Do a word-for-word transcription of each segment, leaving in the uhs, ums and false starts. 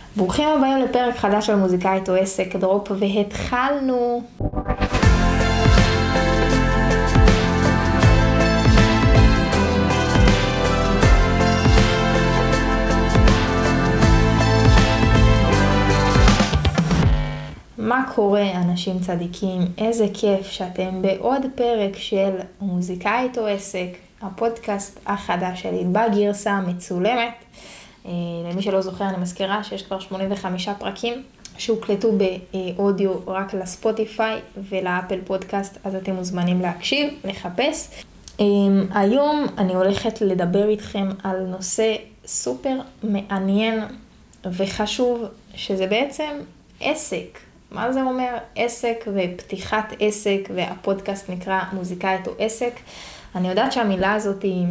ברוכים הבאים לפרק חדש של מוזיקאית או עסק דרופ, והתחלנו. מה קורה אנשים צדיקים? איזה כיף שאתם בעוד פרק של מוזיקאית או עסק, הפודקאסט החדש שלי בגרסה מצולמת. למי שלא זוכר, אני מזכירה שיש כבר שמונים וחמישה פרקים שהוקלטו באודיו רק לספוטיפיי ולאפל פודקאסט, אז אתם מוזמנים להקשיב, לחפש. היום אני הולכת לדבר איתכם על נושא סופר מעניין וחשוב, שזה בעצם עסק. מה זה אומר עסק ופתיחת עסק, והפודקאסט נקרא מוזיקאית או עסק. אני יודעת שהמילה הזאת היא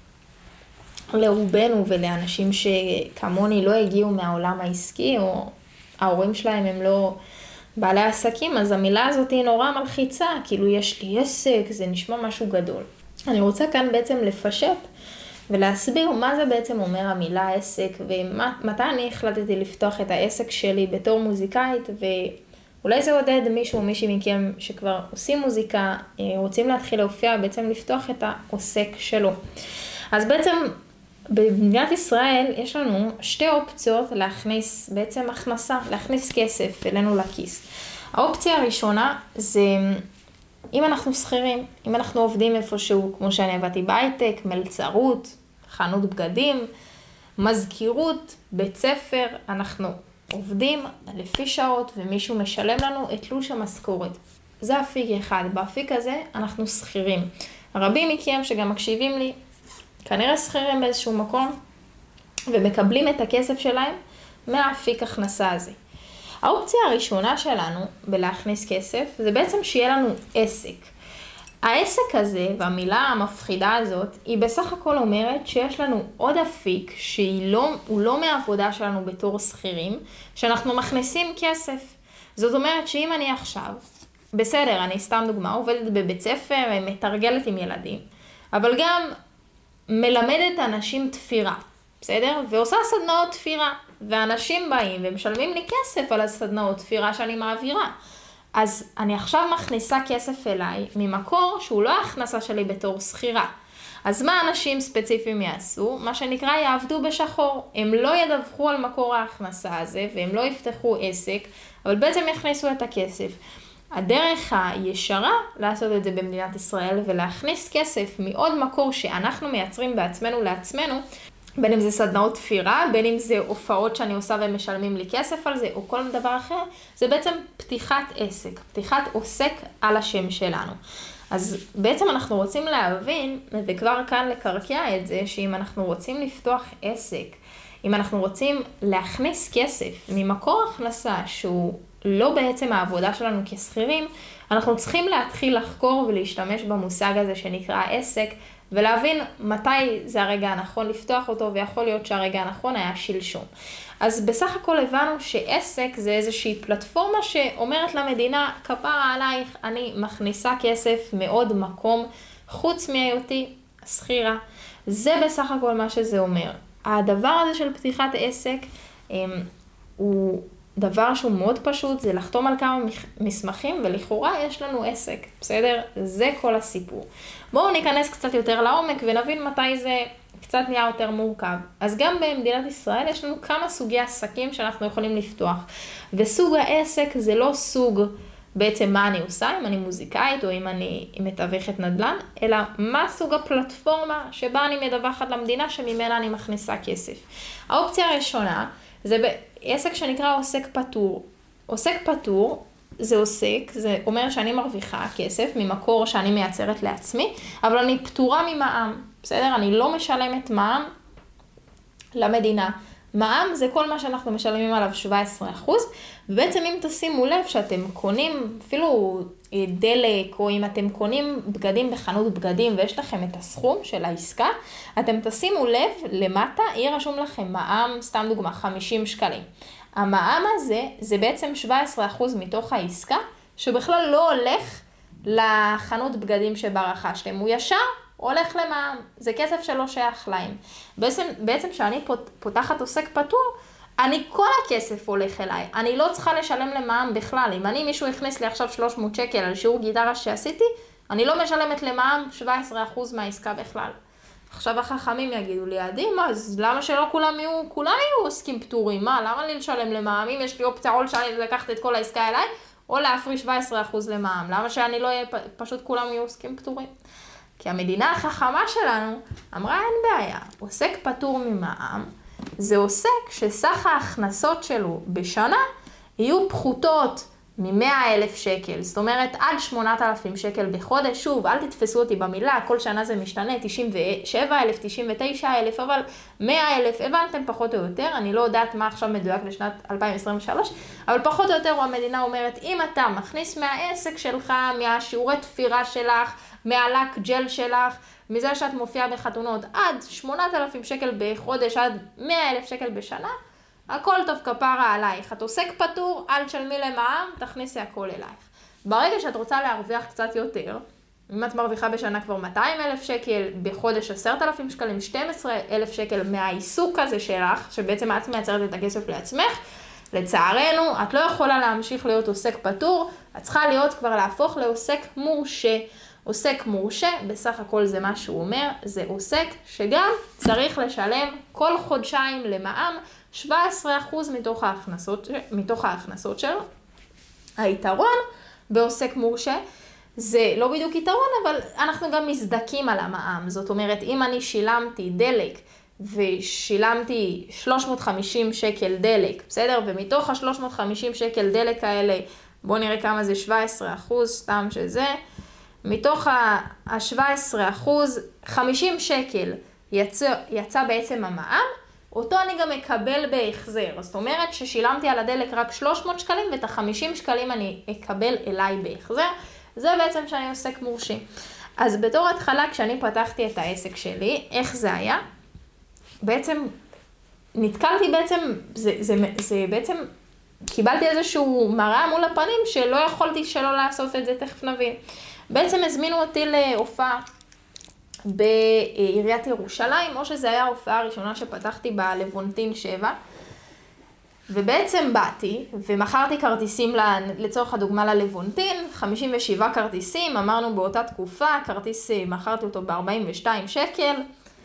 לרובנו ולאנשים שכמוני לא הגיעו מהעולם העסקי, או ההורים שלהם הם לא בעלי עסקים, אז המילה הזאת היא נורא מלחיצה, כאילו יש לי עסק, זה נשמע משהו גדול. אני רוצה כאן בעצם לפשט ולהסביר מה זה בעצם אומר המילה עסק, ומתי אני החלטתי לפתוח את העסק שלי בתור מוזיקאית, ואולי זה עודד מישהו או מישהי מכם שכבר עושים מוזיקה, רוצים להתחיל להופיע, בעצם לפתוח את העוסק שלו. אז בעצם במדינת ישראל יש לנו שתי אופציות להכניס בעצם הכנסה, להכניס כסף אלינו לכיס. האופציה הראשונה זה אם אנחנו שכירים, אם אנחנו עובדים איפשהו, כמו שאני עבדתי בהייטק, מלצרות, חנות בגדים, מזכירות, בית ספר, אנחנו עובדים לפי שעות ומישהו משלם לנו את תלוש המשכורת. זה אפיק אחד, באפיק הזה אנחנו שכירים. רבים מכם שגם מקשיבים לי, כנראה שכירים באיזשהו מקום, ומקבלים את הכסף שלהם מהאפיק הכנסה הזה. האופציה הראשונה שלנו בלהכניס כסף, זה בעצם שיהיה לנו עסק. העסק הזה, והמילה המפחידה הזאת, היא בסך הכל אומרת שיש לנו עוד אפיק, שהוא לא מהעבודה שלנו בתור שכירים, שאנחנו מכניסים כסף. זאת אומרת שאם אני עכשיו, בסדר, אני סתם דוגמה, עובדת בבית ספר, מתרגלת עם ילדים, אבל גם מלמדת אנשים תפירה, בסדר? ועושה סדנאות תפירה, ואנשים באים ומשלמים לי כסף על הסדנאות תפירה שאני מעבירה. אז אני עכשיו מכניסה כסף אליי ממקור שהוא לא ההכנסה שלי בתור שכירה. אז מה אנשים ספציפיים יעשו? מה שנקרא יעבדו בשחור. הם לא ידווחו על מקור ההכנסה הזה, והם לא יפתחו עסק, אבל בעצם יכניסו את הכסף. הדרך הישרה לעשות את זה במדינת ישראל ולהכניס כסף מעוד מקור שאנחנו מייצרים בעצמנו לעצמנו, בין אם זה סדנאות תפירה, בין אם זה הופעות שאני עושה ומשלמים לי כסף על זה, או כל דבר אחר, זה בעצם פתיחת עסק, פתיחת עוסק על השם שלנו. אז בעצם אנחנו רוצים להבין, וכבר כאן לקרקע את זה, שאם אנחנו רוצים לפתוח עסק, אם אנחנו רוצים להכניס כסף ממקור הכנסה שהוא לא בעצם העבודה שלנו כשכירים, אנחנו צריכים להתחיל לחקור ולהשתמש במושג הזה שנקרא עסק, ולהבין מתי זה הרגע הנכון לפתוח אותו, ויכול להיות שהרגע הנכון היה שלשום. אז בסך הכל הבנו שעסק זה איזושהי פלטפורמה שאומרת למדינה, כפרה עלייך, אני מכניסה כסף מעוד מקום, חוץ מהיותי שכירה. זה בסך הכל מה שזה אומר. הדבר הזה של פתיחת עסק הוא דבר שהוא מאוד פשוט, זה לחתום על כמה מסמכים, ולכאורה יש לנו עסק, בסדר? זה כל הסיפור. בואו ניכנס קצת יותר לעומק ונבין מתי זה קצת נהיה יותר מורכב. אז גם במדינת ישראל יש לנו כמה סוגי עסקים שאנחנו יכולים לפתוח. וסוג העסק זה לא סוג בעצם מה אני עושה, אם אני מוזיקאית או אם אני מתווכת נדל"ן, אלא מה סוג הפלטפורמה שבה אני מדווחת למדינה שממנה אני מכניסה כסף. האופציה הראשונה זה בעסק שנקרא עוסק פטור. עוסק פטור זה עוסק, זה אומר שאני מרוויחה כסף ממקור שאני מייצרת לעצמי, אבל אני פטורה ממע"מ, בסדר? אני לא משלמת מע"מ למדינה. מע"מ זה כל מה שאנחנו משלמים עליו שבע עשרה אחוז, ובעצם אם תשימו לב שאתם קונים אפילו דלק, או אם אתם קונים בגדים בחנות בגדים ויש לכם את הסכום של העסקה, אתם תשימו לב למטה, יהיה רשום לכם מע"מ, סתם דוגמה, חמישים שקלים. המע"מ הזה זה בעצם שבע עשרה אחוז מתוך העסקה, שבכלל לא הולך לחנות בגדים שבה רכשתם, הוא ישר הולך למע"מ, זה כסף שלא שייך להם. בעצם, בעצם שאני פותחת עוסק פטור, אני, כל הכסף הולך אליי, אני לא צריכה לשלם למע"מ בכלל. אם אני, מישהו הכניס לי עכשיו שלוש מאות שקל על שיעור גיטרה שעשיתי, אני לא משלמת למע"מ שבע עשרה אחוז מהעסקה בכלל. עכשיו החכמים יגידו לי, עדי, מה, אז למה שלא כולם יהיו, כולם יהיו עוסקים פטורים? מה, למה לי לשלם למע"מ? אם יש לי אופציה או לקחת את כל העסקה אליי, או להפריש שבע עשרה אחוז למע"מ. למה שאני לא אהיה, פשוט כולם יהיו עוסקים פטורים? כי המדינה החכמה שלנו אמרה, אין בעיה, עוסק פטור ממע"מ, זה עוסק שסך ההכנסות שלו בשנה יהיו פחותות מ-מאה אלף שקל. זאת אומרת, עד שמונת אלפים שקל בחודש. שוב, אל תתפסו אותי במילה, כל שנה זה משתנה, תשעים ושבע אלף, תשעים ותשע אלף, אבל מאה אלף, הבנתם פחות או יותר. אני לא יודעת מה עכשיו מדויק לשנת אלפיים עשרים ושלוש, אבל פחות או יותר המדינה אומרת, אם אתה מכניס מהעסק שלך, מהשיעורי תפירה שלך, מהלק ג'ל שלך, מזה שאת מופיעה בחתונות, עד שמונת אלפים שקל בחודש, עד מאה אלף שקל בשנה, הכל טוב, כפרה עלייך. את עוסק פטור, אל תשלמי למע"מ, תכניסי הכל אלייך. ברגע שאת רוצה להרוויח קצת יותר, אם את מרוויחה בשנה כבר מאתיים אלף שקל, בחודש עשרת אלפים שקלים, שנים עשר אלף שקל מהעיסוק הזה שלך, שבעצם את מייצרת את הכסף לעצמך, לצערנו, את לא יכולה להמשיך להיות עוסק פטור, את צריכה להיות כבר להפוך לעוסק מורשה. עוסק מורשה, בסך הכל זה מה שהוא אומר, זה עוסק שגם צריך לשלם כל חודשיים למע"מ שבע עשרה אחוז מתוך ההכנסות, מתוך ההכנסות שלו. היתרון בעוסק מורשה, זה לא בדיוק יתרון, אבל אנחנו גם מזדקים על המע"מ. זאת אומרת, אם אני שילמתי דלק ושילמתי שלוש מאות וחמישים שקל דלק, בסדר? ומתוך ה-שלוש מאות וחמישים שקל דלק האלה, בואו נראה כמה זה שבע עשרה אחוז, סתם שזה. מתוך ה-שבע עשרה אחוז, חמישים שקל יצא, יצא בעצם המע"מ, אותו אני גם מקבל בהחזר. זאת אומרת ששילמתי על הדלק רק שלוש מאות שקלים, ואת ה-חמישים שקלים אני אקבל אליי בהחזר. זה בעצם שאני עוסק מורשה. אז בתור התחלה, כשאני פתחתי את העסק שלי, איך זה היה? בעצם נתקלתי בעצם, זה, זה, זה בעצם, קיבלתי איזשהו מראה מול הפנים שלא יכולתי שלא לעשות את זה, תכף נבין. בעצם הזמינו אותי להופעה בעיריית ירושלים, או שזה היה ההופעה הראשונה שפתחתי בלוונטין שבע, ובעצם באתי ומכרתי כרטיסים לצורך הדוגמה ללוונטין, חמישים ושבעה כרטיסים, אמרנו באותה תקופה, כרטיס מכרתי אותו ב-ארבעים ושתיים שקל,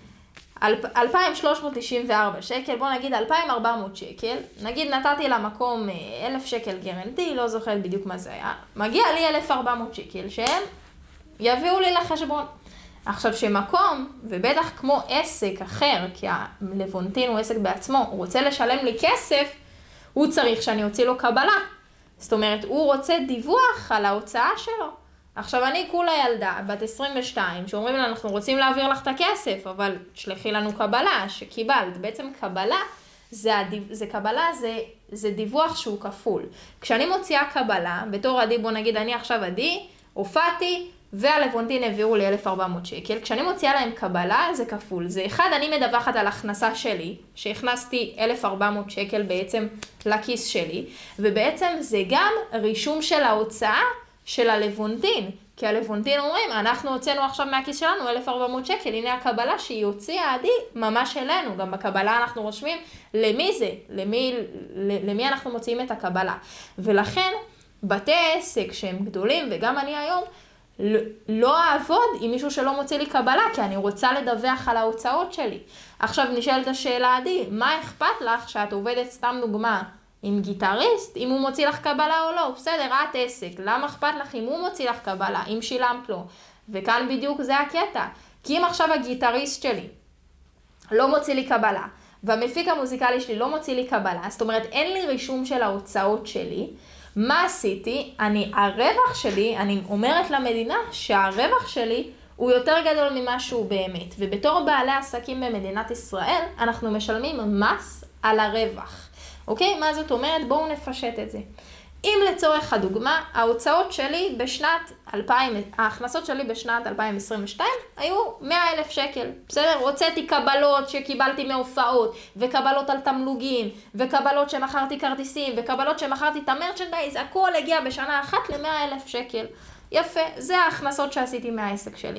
אלפיים שלוש מאות תשעים וארבע שקל, בוא נגיד אלפיים וארבע מאות שקל, נגיד נתתי למקום אלף שקל גרנטי, לא זוכרת בדיוק מה זה היה, מגיע לי אלף וארבע מאות שקל שהם יביאו לי לחשבון. עכשיו שמקום, ובטח כמו עסק אחר, כי הלוונטין הוא עסק בעצמו, הוא רוצה לשלם לי כסף, הוא צריך שאני אוציא לו קבלה. זאת אומרת, הוא רוצה דיווח על ההוצאה שלו. עכשיו אני כולה ילדה, בת עשרים ושתיים, שאומרים לה, אנחנו רוצים להעביר לך את הכסף, אבל שלחי לנו קבלה שקיבלת. בעצם קבלה, זה, הדיו... זה קבלה, זה, זה דיווח שהוא כפול. כשאני מוציאה קבלה, בתור עדי, בוא נגיד, אני עכשיו עדי, הופעתי, והלוונטין העבירו לי אלף וארבע מאות שקל. כשאני מוציאה להם קבלה, זה כפול. זה אחד, אני מדווחת על הכנסה שלי, שהכנסתי אלף וארבע מאות שקל בעצם לכיס שלי, ובעצם זה גם רישום של ההוצאה של הלוונטין. כי הלוונטין אומרים, אנחנו הוצאנו עכשיו מהכיס שלנו אלף וארבע מאות שקל, הנה הקבלה שהיא הוציאה עדי ממש אלינו. גם בקבלה אנחנו רושמים למי זה, למי, למי אנחנו מוציאים את הקבלה. ולכן, בתי עסק שהם גדולים, וגם אני היום, לא אעבוד עם מישהו שלא מוציא לי קבלה, כי אני רוצה לדווח על ההוצאות שלי. עכשיו נשאלת השאלה עדי, מה אכפת לך שאת עובדת, סתם דוגמה, עם גיטריסט, אם הוא מוציא לך קבלה או לא? בסדר, את עסק, למה אכפת לך אם הוא מוציא לך קבלה, אם שילמת לו? וכאן בדיוק זה הקטע. כי אם עכשיו הגיטריסט שלי לא מוציא לי קבלה, והמפיק המוזיקלי שלי לא מוציא לי קבלה, זאת אומרת, אין לי רישום של ההוצאות שלי, מה עשיתי? אני, הרווח שלי, אני אומרת למדינה שהרווח שלי הוא יותר גדול ממה שהוא באמת. ובתור בעלי עסקים במדינת ישראל, אנחנו משלמים מס על הרווח. אוקיי? מה זאת אומרת? בואו נפשט את זה. אם לצורך הדוגמה, ההוצאות שלי בשנת אלפיים, ההכנסות שלי בשנת אלפיים עשרים ושתיים היו מאה אלף שקל. בסדר? הוצאתי קבלות שקיבלתי מהופעות, וקבלות על תמלוגים, וקבלות שמכרתי כרטיסים, וקבלות שמכרתי את המרצ'נדייז, הכל הגיע בשנה אחת ל-מאה אלף שקל. יפה, זה ההכנסות שעשיתי מהעסק שלי.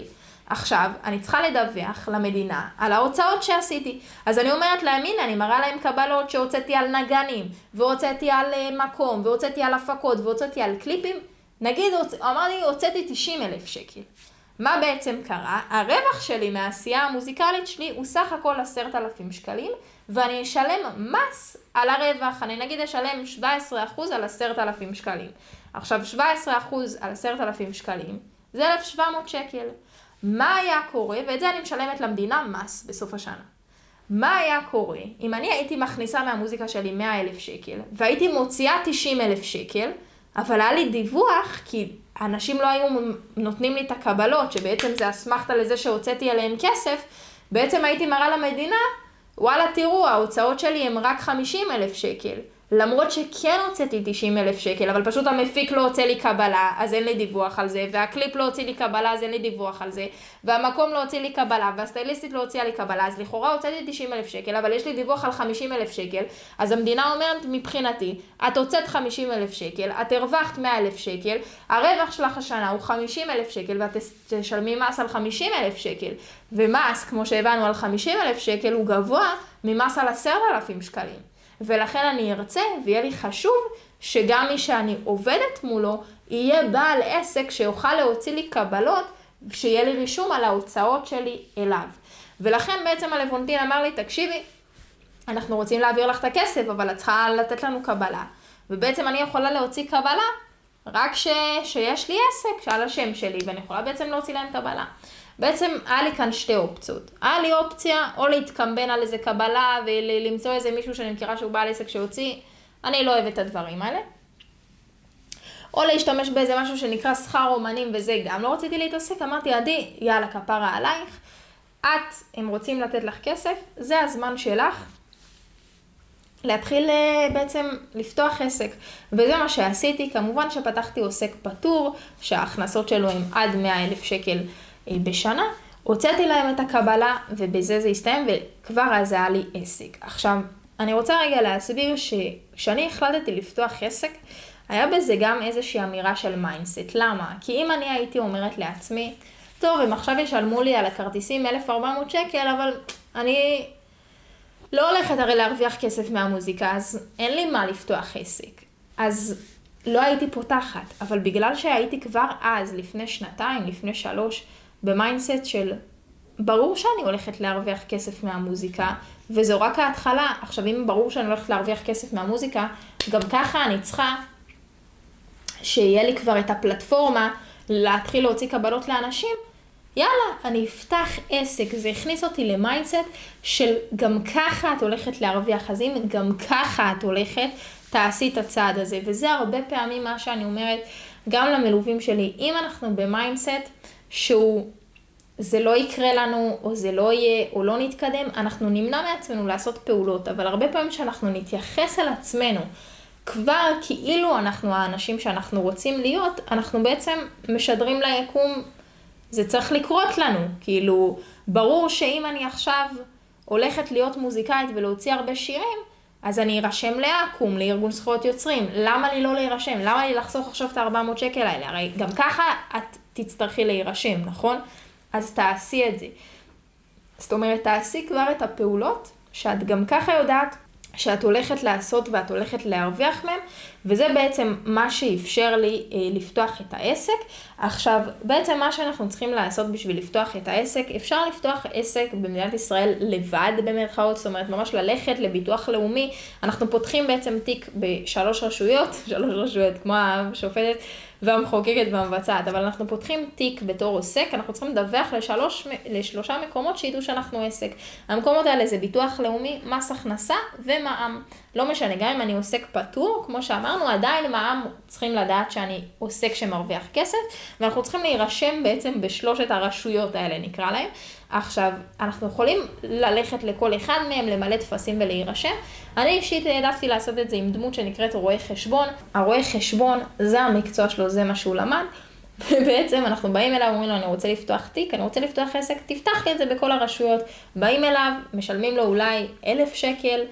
עכשיו, אני צריכה לדווח למדינה על ההוצאות שעשיתי. אז אני אומרת להם, הנה, אני מראה להם קבלות שהוצאתי על נגנים, והוצאתי על מקום, והוצאתי על הפקות, והוצאתי על קליפים. נגיד, אמרתי, הוצאתי תשעים אלף שקל. מה בעצם קרה? הרווח שלי מהעשייה המוזיקלית שלי הוא סך הכל עשרת אלפים שקלים, ואני אשלם מס על הרווח. אני נגיד אשלם שבעה עשר אחוז על עשרת אלפים שקלים. עכשיו, שבעה עשר אחוז על עשרת אלפים שקלים, זה אלף שבע מאות שקל. מה היה קורה? ואת זה אני משלמת למדינה מס בסוף השנה. מה היה קורה אם אני הייתי מכניסה מהמוזיקה שלי מאה אלף שקל, והייתי מוציאה תשעים אלף שקל, אבל היה לי דיווח, כי אנשים לא היו נותנים לי את הקבלות, שבעצם זה אסמכתה לזה שהוצאתי עליהם כסף, בעצם הייתי מראה למדינה, וואלה תראו, ההוצאות שלי הם רק חמישים אלף שקל. למרות שכן הוצאתי תשעים אלף שקל, אבל פשוט המפיק לא הוצא לי קבלה, אז אין לי דיווח על זה, והקליפ לא הוציא לי קבלה, אז אין לי דיווח על זה, והמקום לא הוציא לי קבלה, והסטייליסטית לא הוציאה לי קבלה, אז לכאורה הוצאתי תשעים אלף שקל, אבל יש לי דיווח על חמישים אלף שקל, אז המדינה אומרת מבחינתי, את הוצאת חמישים אלף שקל, את הרווחת מאה אלף שקל, הרווח שלך השנה הוא חמישים אלף שקל, ואת תשלמי מס על חמישים אלף שקל, ומס, כמו שהבנו, על חמישים אלף שקל הוא גבוה ממס על עשרת אלפים שקלים. ולכן אני ארצה, ויהיה לי חשוב, שגם מי שאני עובדת מולו, יהיה בעל עסק שיוכל להוציא לי קבלות, שיהיה לי רישום על ההוצאות שלי אליו. ולכן בעצם הלוונטין אמר לי, תקשיבי, אנחנו רוצים להעביר לך את הכסף, אבל את צריכה לתת לנו קבלה. ובעצם אני יכולה להוציא קבלה, רק ש... שיש לי עסק שעל השם שלי, ואני יכולה בעצם להוציא להם קבלה. בעצם היה לי כאן שתי אופציות. היה לי אופציה או להתקמבן על איזה קבלה ולמצוא איזה מישהו שאני מכירה שהוא בעל עסק שהוציא. אני לא אוהבת את הדברים האלה. או להשתמש באיזה משהו שנקרא שכר אומנים וזה גם לא רציתי להתעסק. אמרתי, עדי, יאללה כפרה עלייך. את, הם רוצים לתת לך כסף, זה הזמן שלך להתחיל בעצם לפתוח עסק. וזה מה שעשיתי. כמובן שפתחתי עוסק פטור, שההכנסות שלו הם עד מאה אלף שקל בשנה, הוצאתי להם את הקבלה, ובזה זה הסתיים, וכבר אז היה לי עסק. עכשיו, אני רוצה רגע להסביר שכשאני החלטתי לפתוח עסק, היה בזה גם איזושהי אמירה של מיינדסט. למה? כי אם אני הייתי אומרת לעצמי, טוב, הם עכשיו ישלמו לי על הכרטיסים אלף וארבע מאות שקל, אבל אני לא הולכת הרי להרוויח כסף מהמוזיקה, אז אין לי מה לפתוח עסק. אז לא הייתי פותחת, אבל בגלל שהייתי כבר אז, לפני שנתיים, לפני שלוש, במיינדסט של ברור שאני הולכת להרוויח כסף מהמוזיקה, וזו רק ההתחלה. עכשיו, אם ברור שאני הולכת להרוויח כסף מהמוזיקה, גם ככה אני צריכה שיהיה לי כבר את הפלטפורמה להתחיל להוציא קבלות לאנשים. יאללה, אני אפתח עסק. זה הכניס אותי למיינדסט של גם ככה את הולכת להרוויח, אז אם גם ככה את הולכת, תעשי את הצעד הזה. וזה הרבה פעמים מה שאני אומרת גם למלווים שלי. אם אנחנו במיינדסט שהוא, זה לא יקרה לנו, או זה לא יהיה, או לא נתקדם, אנחנו נמנע מעצמנו לעשות פעולות, אבל הרבה פעמים שאנחנו נתייחס על עצמנו, כבר כאילו אנחנו האנשים שאנחנו רוצים להיות, אנחנו בעצם משדרים ליקום, זה צריך לקרות לנו, כאילו, ברור שאם אני עכשיו הולכת להיות מוזיקאית ולהוציא הרבה שירים, אז אני ארשם לאקום, לארגון זכויות יוצרים. למה לי לא להירשם? למה לי לחסוך עכשיו את ה-ארבע מאות שקל האלה? הרי גם ככה את תצטרכי להירשם, נכון? אז תעשי את זה. זאת אומרת, תעשי כבר את הפעולות שאת גם ככה יודעת שאת הולכת לעשות ואת הולכת להרוויח מהם, וזה בעצם מה שאפשר לי אה, לפתוח את העסק. עכשיו, בעצם מה שאנחנו צריכים לעשות בשביל לפתוח את העסק, אפשר לפתוח עסק במדינת ישראל לבד במרכאות, זאת אומרת, ממש ללכת לביטוח לאומי. אנחנו פותחים בעצם תיק בשלוש רשויות, שלוש רשויות כמו השופטת והמחוקקת והמבצעת, אבל אנחנו פותחים תיק בתור עוסק, אנחנו צריכים לדווח לשלוש, לשלושה מקומות שידעו שאנחנו עסק. המקומות האלה זה ביטוח לאומי, מס הכנסה ומע"מ. לא משנה, גם אם אני עוסק פטור, כמו שאמרנו, עדיין מע"מ צריכים לדעת שאני עוסק שמרוויח כסף, ואנחנו צריכים להירשם בעצם בשלושת הרשויות האלה, נקרא להם. עכשיו, אנחנו יכולים ללכת לכל אחד מהם, למלא תפסים ולהירשם. אני אישית העדפתי לעשות את זה עם דמות שנקראת רואה חשבון. הרואה חשבון זה המקצוע שלו, זה מה שהוא למד. ובעצם אנחנו באים אליו, אומרים לו, אני רוצה לפתוח תיק, אני רוצה לפתוח עסק, תפתח לי את זה בכל הרשויות. באים אליו, משלמים לו אולי אלף שקל,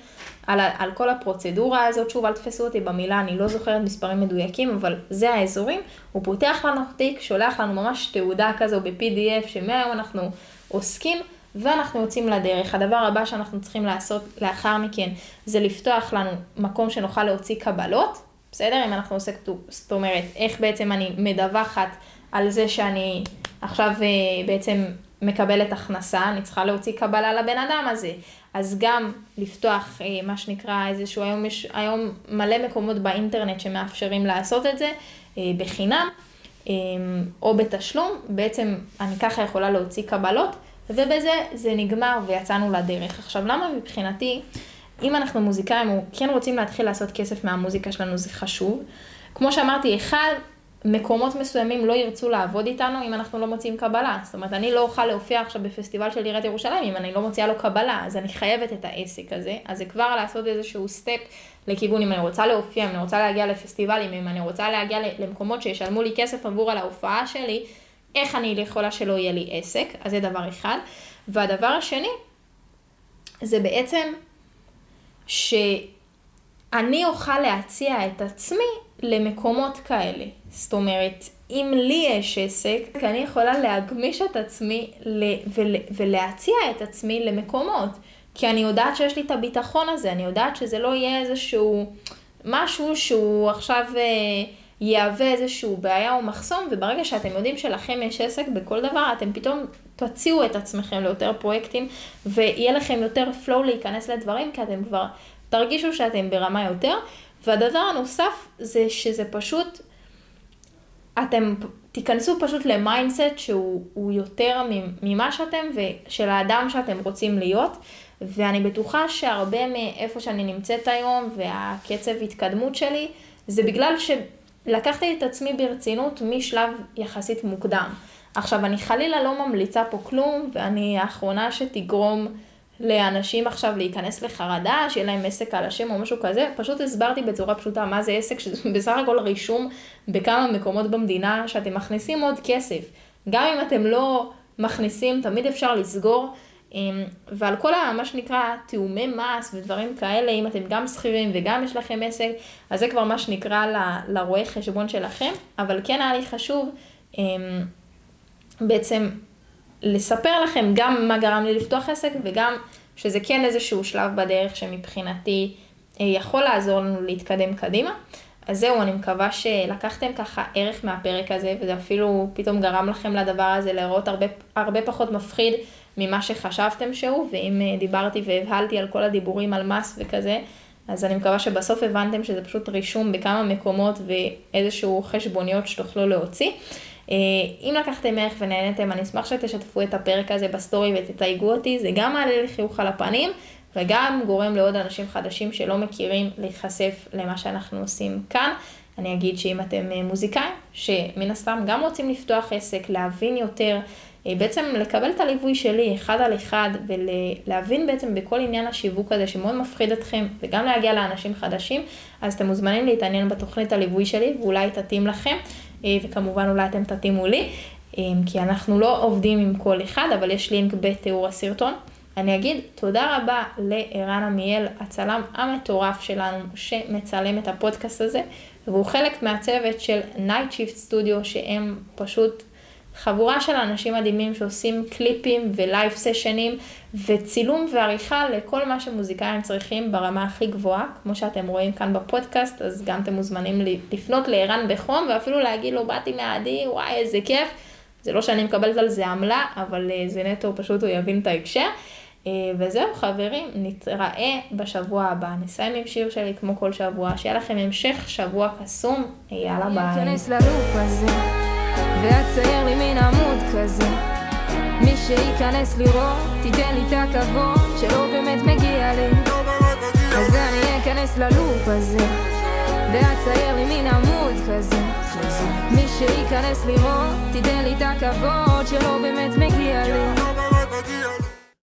על, על כל הפרוצדורה הזאת, שוב אל תפסו אותי במילה, אני לא זוכרת מספרים מדויקים, אבל זה האזורים, הוא פותח לנו תיק, שולח לנו ממש תעודה כזו ב-פי די אף, שמהיום אנחנו עוסקים, ואנחנו יוצאים לדרך. הדבר הבא שאנחנו צריכים לעשות לאחר מכן, זה לפתוח לנו מקום שנוכל להוציא קבלות, בסדר? אם אנחנו עושים, זאת אומרת, איך בעצם אני מדווחת על זה שאני עכשיו בעצם מקבלת הכנסה, אני צריכה להוציא קבלה לבן אדם הזה. אז גם לפתוח מה שנקרא איזשהו, היום יש היום מלא מקומות באינטרנט שמאפשרים לעשות את זה בחינם או בתשלום, בעצם אני ככה יכולה להוציא קבלות, ובזה זה נגמר ויצאנו לדרך. עכשיו למה מבחינתי, אם אנחנו מוזיקאים או כן רוצים להתחיל לעשות כסף מהמוזיקה שלנו, זה חשוב. כמו שאמרתי, אחד, מקומות מסוימים לא ירצו לעבוד איתנו אם אנחנו לא מוציאים קבלה. זאת אומרת, אני לא אוכל להופיע עכשיו בפסטיבל של עיריית ירושלים אם אני לא מוציאה לו קבלה, אז אני חייבת את העסק הזה. אז זה כבר לעשות איזשהו סטפ לכיוון, אם אני רוצה להופיע, אם אני רוצה להגיע לפסטיבלים, אם אני רוצה להגיע למקומות שישלמו לי כסף עבור על ההופעה שלי, איך אני יכולה שלא יהיה לי עסק. אז זה דבר אחד. והדבר השני, זה בעצם שאני אוכל להציע את עצמי למקומות כאלה. זאת אומרת, אם לי יש עסק, אני יכולה להגמיש את עצמי ולהציע את עצמי למקומות. כי אני יודעת שיש לי את הביטחון הזה, אני יודעת שזה לא יהיה איזשהו משהו שהוא עכשיו יהווה איזשהו בעיה או מחסום, וברגע שאתם יודעים שלכם יש עסק בכל דבר, אתם פתאום תוציאו את עצמכם ליותר פרויקטים, ויהיה לכם יותר פלואו להיכנס לדברים, כי אתם כבר תרגישו שאתם ברמה יותר. והדבר הנוסף זה שזה פשוט, אתם תיכנסו פשוט למיינדסט שהוא יותר ממה שאתם ושל האדם שאתם רוצים להיות, ואני בטוחה שהרבה מאיפה שאני נמצאת היום והקצב התקדמות שלי, זה בגלל שלקחתי את עצמי ברצינות משלב יחסית מוקדם. עכשיו, אני חלילה לא ממליצה פה כלום, ואני האחרונה שתגרום לאנשים עכשיו להיכנס לחרדה, שיהיה להם עסק על השם או משהו כזה. פשוט הסברתי בצורה פשוטה מה זה עסק, שזה בסך הכל רישום בכמה מקומות במדינה שאתם מכניסים עוד כסף. גם אם אתם לא מכניסים, תמיד אפשר לסגור. ועל כל מה שנקרא תיאומי מס ודברים כאלה, אם אתם גם שכירים וגם יש לכם עסק, אז זה כבר מה שנקרא ל- לרואה חשבון שלכם. אבל כן היה לי חשוב בעצם לספר לכם גם מה גרם לי לפתוח עסק, וגם שזה כן איזשהו שלב בדרך שמבחינתי יכול לעזור לנו להתקדם קדימה. אז זהו, אני מקווה שלקחתם ככה ערך מהפרק הזה, וזה אפילו פתאום גרם לכם לדבר הזה לראות הרבה, הרבה פחות מפחיד ממה שחשבתם שהוא, ואם דיברתי והבהלתי על כל הדיבורים על מס וכזה, אז אני מקווה שבסוף הבנתם שזה פשוט רישום בכמה מקומות ואיזשהו חשבוניות שתוכלו להוציא. אם לקחתם ערך ונהנתם, אני אשמח שתשתפו את הפרק הזה בסטורי ותתייגו אותי, זה גם מעלה לי חיוך על הפנים, וגם גורם לעוד אנשים חדשים שלא מכירים להיחשף למה שאנחנו עושים כאן. אני אגיד שאם אתם מוזיקאים, שמן הסתם גם רוצים לפתוח עסק, להבין יותר, בעצם לקבל את הליווי שלי אחד על אחד, ולהבין בעצם בכל עניין השיווק הזה שמאוד מפחיד אתכם, וגם להגיע לאנשים חדשים, אז אתם מוזמנים להתעניין בתוכנית הליווי שלי, ואולי תתאים לכם, וכמובן אולי אתם תתאימו לי, כי אנחנו לא עובדים עם כל אחד, אבל יש לינק בתיאור הסרטון. אני אגיד תודה רבה לערן עמיאל, הצלם המטורף שלנו שמצלם את הפודקאסט הזה, והוא חלק מהצוות של Night Shift Studio, שהם פשוט חבורה של אנשים מדהימים שעושים קליפים ולייב סשנים וצילום ועריכה לכל מה שמוזיקאים צריכים ברמה הכי גבוהה, כמו שאתם רואים כאן בפודקאסט. אז גם אתם מוזמנים לפנות לערן בחום, ואפילו להגיד לו באתי מהעדי, וואי איזה כיף. זה לא שאני מקבלת על זה עמלה, אבל זה נטו, פשוט הוא יבין את ההקשר. וזהו חברים, נתראה בשבוע הבא. נסיים עם שיר שלי כמו כל שבוע. שיהיה לכם המשך שבוע קסום. יאללה ביי. ניכנס ללופ הזה ואצייר לי מן עמוד כזה, מי שייכנס לראות תיתן לי את הכבוד שלא באמת מגיע לי. אז אני אכנס ללופ הזה ואצייר לי מן עמוד כזה, מי שייכנס לראות תיתן לי את הכבוד שלא באמת מגיע לי.